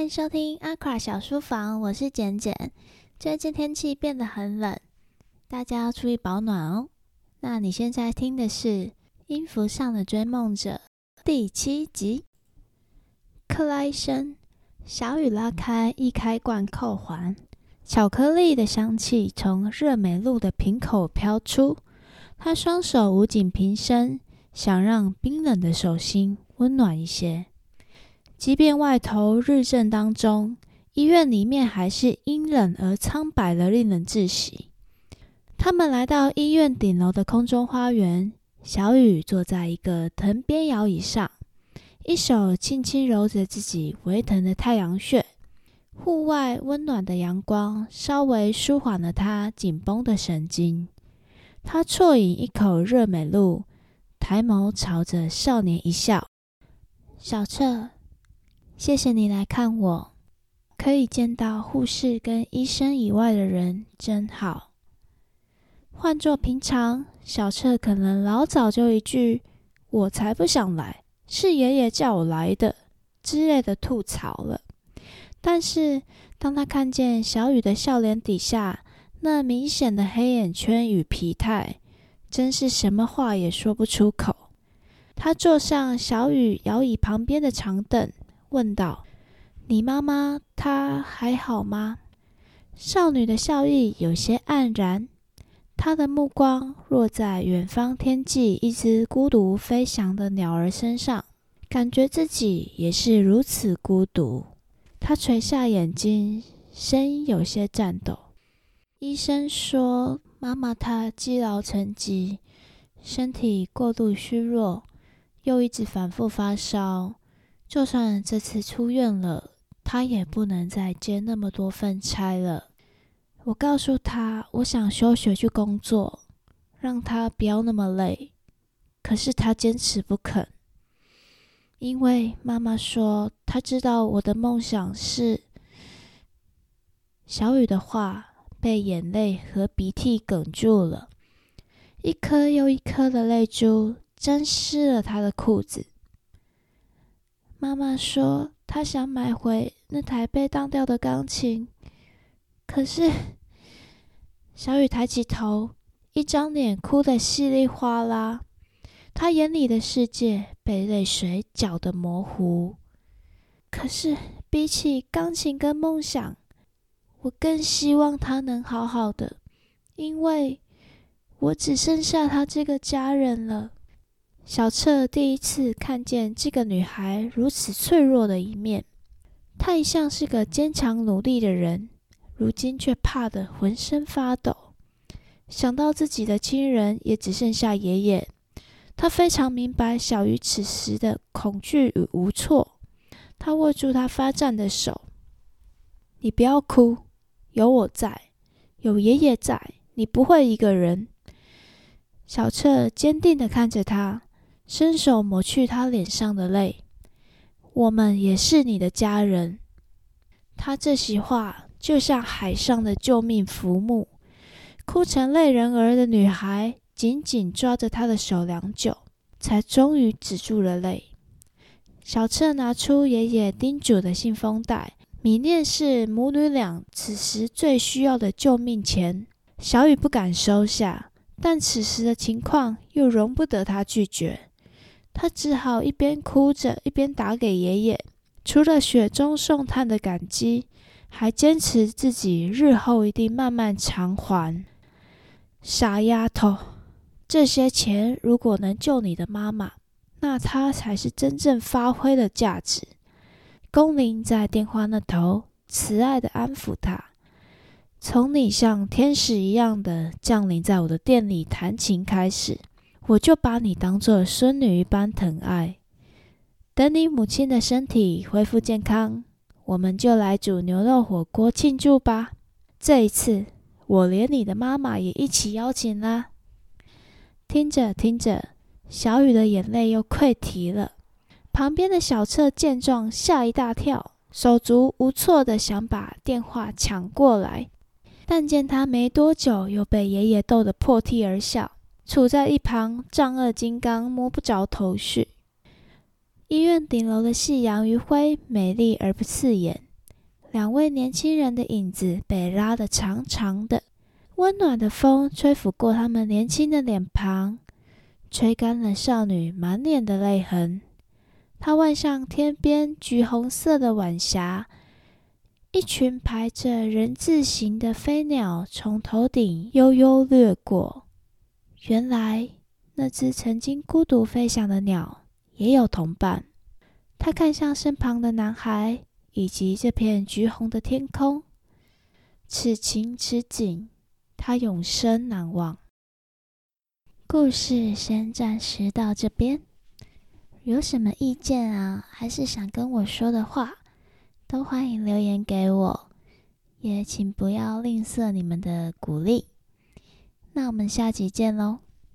迎收听阿垮小书房，我是简简。最近天气变得很冷，大家要注意保暖哦。那你现在听的是《音符上的追梦者》第7集。克拉一声，小雨拉开易开罐扣环，巧克力的香气从热美露的瓶口飘出。他双手捂紧瓶身，想让冰冷的手心温暖一些。即便外头日正当中，医院里面还是阴冷而苍白的，令人窒息。他们来到医院顶楼的空中花园，小雨坐在一个藤编摇椅上，一手轻轻揉着自己微疼的太阳穴。户外温暖的阳光稍微舒缓了他紧绷的神经。他啜饮一口热美露，抬眸朝着少年一笑：小彻，谢谢你来看我，可以见到护士跟医生以外的人真好。换作平常，小彻可能老早就一句我才不想来，是爷爷叫我来的之类的吐槽了。但是当他看见小雨的笑脸底下那明显的黑眼圈与疲态，真是什么话也说不出口。他坐上小雨摇椅旁边的长凳，问道：你妈妈她还好吗？少女的笑意有些黯然，她的目光落在远方天际一只孤独飞翔的鸟儿身上，感觉自己也是如此孤独。她垂下眼睛，声音有些颤抖。医生说妈妈她积劳成疾，身体过度虚弱，又一直反复发烧，就算这次出院了，她也不能再接那么多份差了。我告诉她我想休学去工作，让她不要那么累，可是她坚持不肯。因为妈妈说她知道我的梦想是……小雨的话被眼泪和鼻涕哽住了，一颗又一颗的泪珠沾湿了她的裤子。妈妈说她想买回那台被当掉的钢琴，可是……小雨抬起头，一张脸哭得稀里哗啦，她眼里的世界被泪水搅得模糊。可是比起钢琴跟梦想，我更希望他能好好的，因为我只剩下他这个家人了。小彻第一次看见这个女孩如此脆弱的一面，她一向是个坚强努力的人，如今却怕得浑身发抖。想到自己的亲人也只剩下爷爷，他非常明白小雨此时的恐惧与无措。他握住她发颤的手：你不要哭，有我在，有爷爷在，你不会一个人。小彻坚定地看着他，伸手抹去他脸上的泪：我们也是你的家人。他这席话就像海上的救命浮木，哭成泪人儿的女孩紧紧抓着他的手良久，才终于止住了泪。小彻拿出爷爷叮嘱的信封袋，米念是母女俩此时最需要的救命钱。小雨不敢收下，但此时的情况又容不得她拒绝。她只好一边哭着一边打给爷爷，除了雪中送炭的感激，还坚持自己日后一定慢慢偿还。傻丫头，这些钱如果能救你的妈妈，那她才是真正发挥了价值。龚琳在电话那头慈爱地安抚她：从你像天使一样的降临在我的店里弹琴开始，我就把你当作孙女一般疼爱。等你母亲的身体恢复健康，我们就来煮牛肉火锅庆祝吧。这一次我连你的妈妈也一起邀请啦。听着听着，小雨的眼泪又溃堤了。旁边的小彻见状吓一大跳，手足无措地想把电话抢过来，但见他没多久又被爷爷逗得破涕而笑，杵在一旁丈二金刚摸不着头绪。医院顶楼的夕阳余晖美丽而不刺眼， 两位年轻人的影子被拉得长长的，温暖的风吹拂过他们年轻的脸庞，吹干了少女满脸的泪痕。她望向天边橘红色的晚霞，一群排着人字形的飞鸟从头顶悠悠掠过。原来那只曾经孤独飞翔的鸟也有同伴。他看向身旁的男孩以及这片橘红的天空，此情此景，他永生难忘。故事先暂时到这边，有什么意见啊，还是想跟我说的话，都欢迎留言给我，也请不要吝啬你们的鼓励。那我们下集见咯。